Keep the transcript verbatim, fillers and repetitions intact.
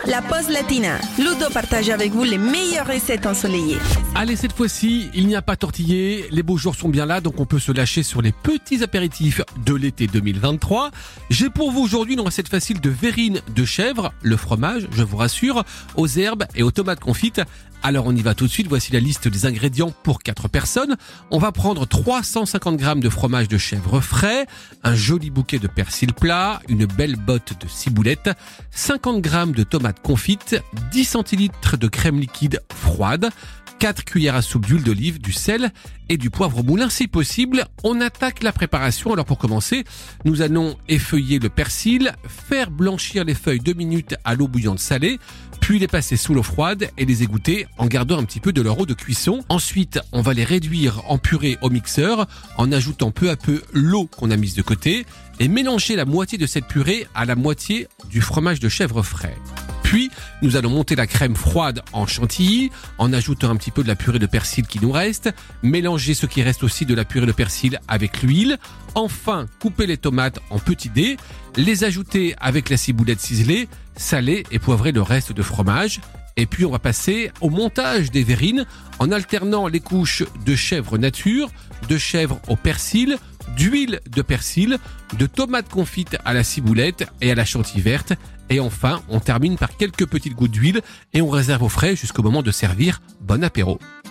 la pause latina. Ludo partage avec vous les meilleures recettes ensoleillées. Allez, cette fois-ci, il n'y a pas tortillé, les beaux jours sont bien là, donc on peut se lâcher sur les petits apéritifs de l'été deux mille vingt-trois. J'ai pour vous aujourd'hui une recette facile de verrine de chèvre, le fromage, je vous rassure, aux herbes et aux tomates confites. Alors on y va tout de suite, voici la liste des ingrédients pour quatre personnes. On va prendre trois cent cinquante grammes de fromage de chèvre frais, un joli bouquet de persil plat, une belle botte de ciboulette, cinquante grammes de tomates confites, dix centilitres de crème liquide froide, quatre cuillères à soupe d'huile d'olive, du sel et du poivre au moulin si possible. On attaque la préparation. Alors pour commencer, nous allons effeuiller le persil, faire blanchir les feuilles deux minutes à l'eau bouillante salée, puis les passer sous l'eau froide et les égoutter en gardant un petit peu de leur eau de cuisson. Ensuite, on va les réduire en purée au mixeur en ajoutant peu à peu l'eau qu'on a mise de côté et mélanger la moitié de cette purée à la moitié du fromage de chèvre frais. Puis, nous allons monter la crème froide en chantilly, en ajoutant un petit peu de la purée de persil qui nous reste, mélanger ce qui reste aussi de la purée de persil avec l'huile, enfin couper les tomates en petits dés, les ajouter avec la ciboulette ciselée, saler et poivrer le reste de fromage. Et puis on va passer au montage des verrines en alternant les couches de chèvre nature, de chèvre au persil, d'huile de persil, de tomates confites à la ciboulette et à la chantilly verte. Et enfin, on termine par quelques petites gouttes d'huile et on réserve au frais jusqu'au moment de servir. Bon apéro!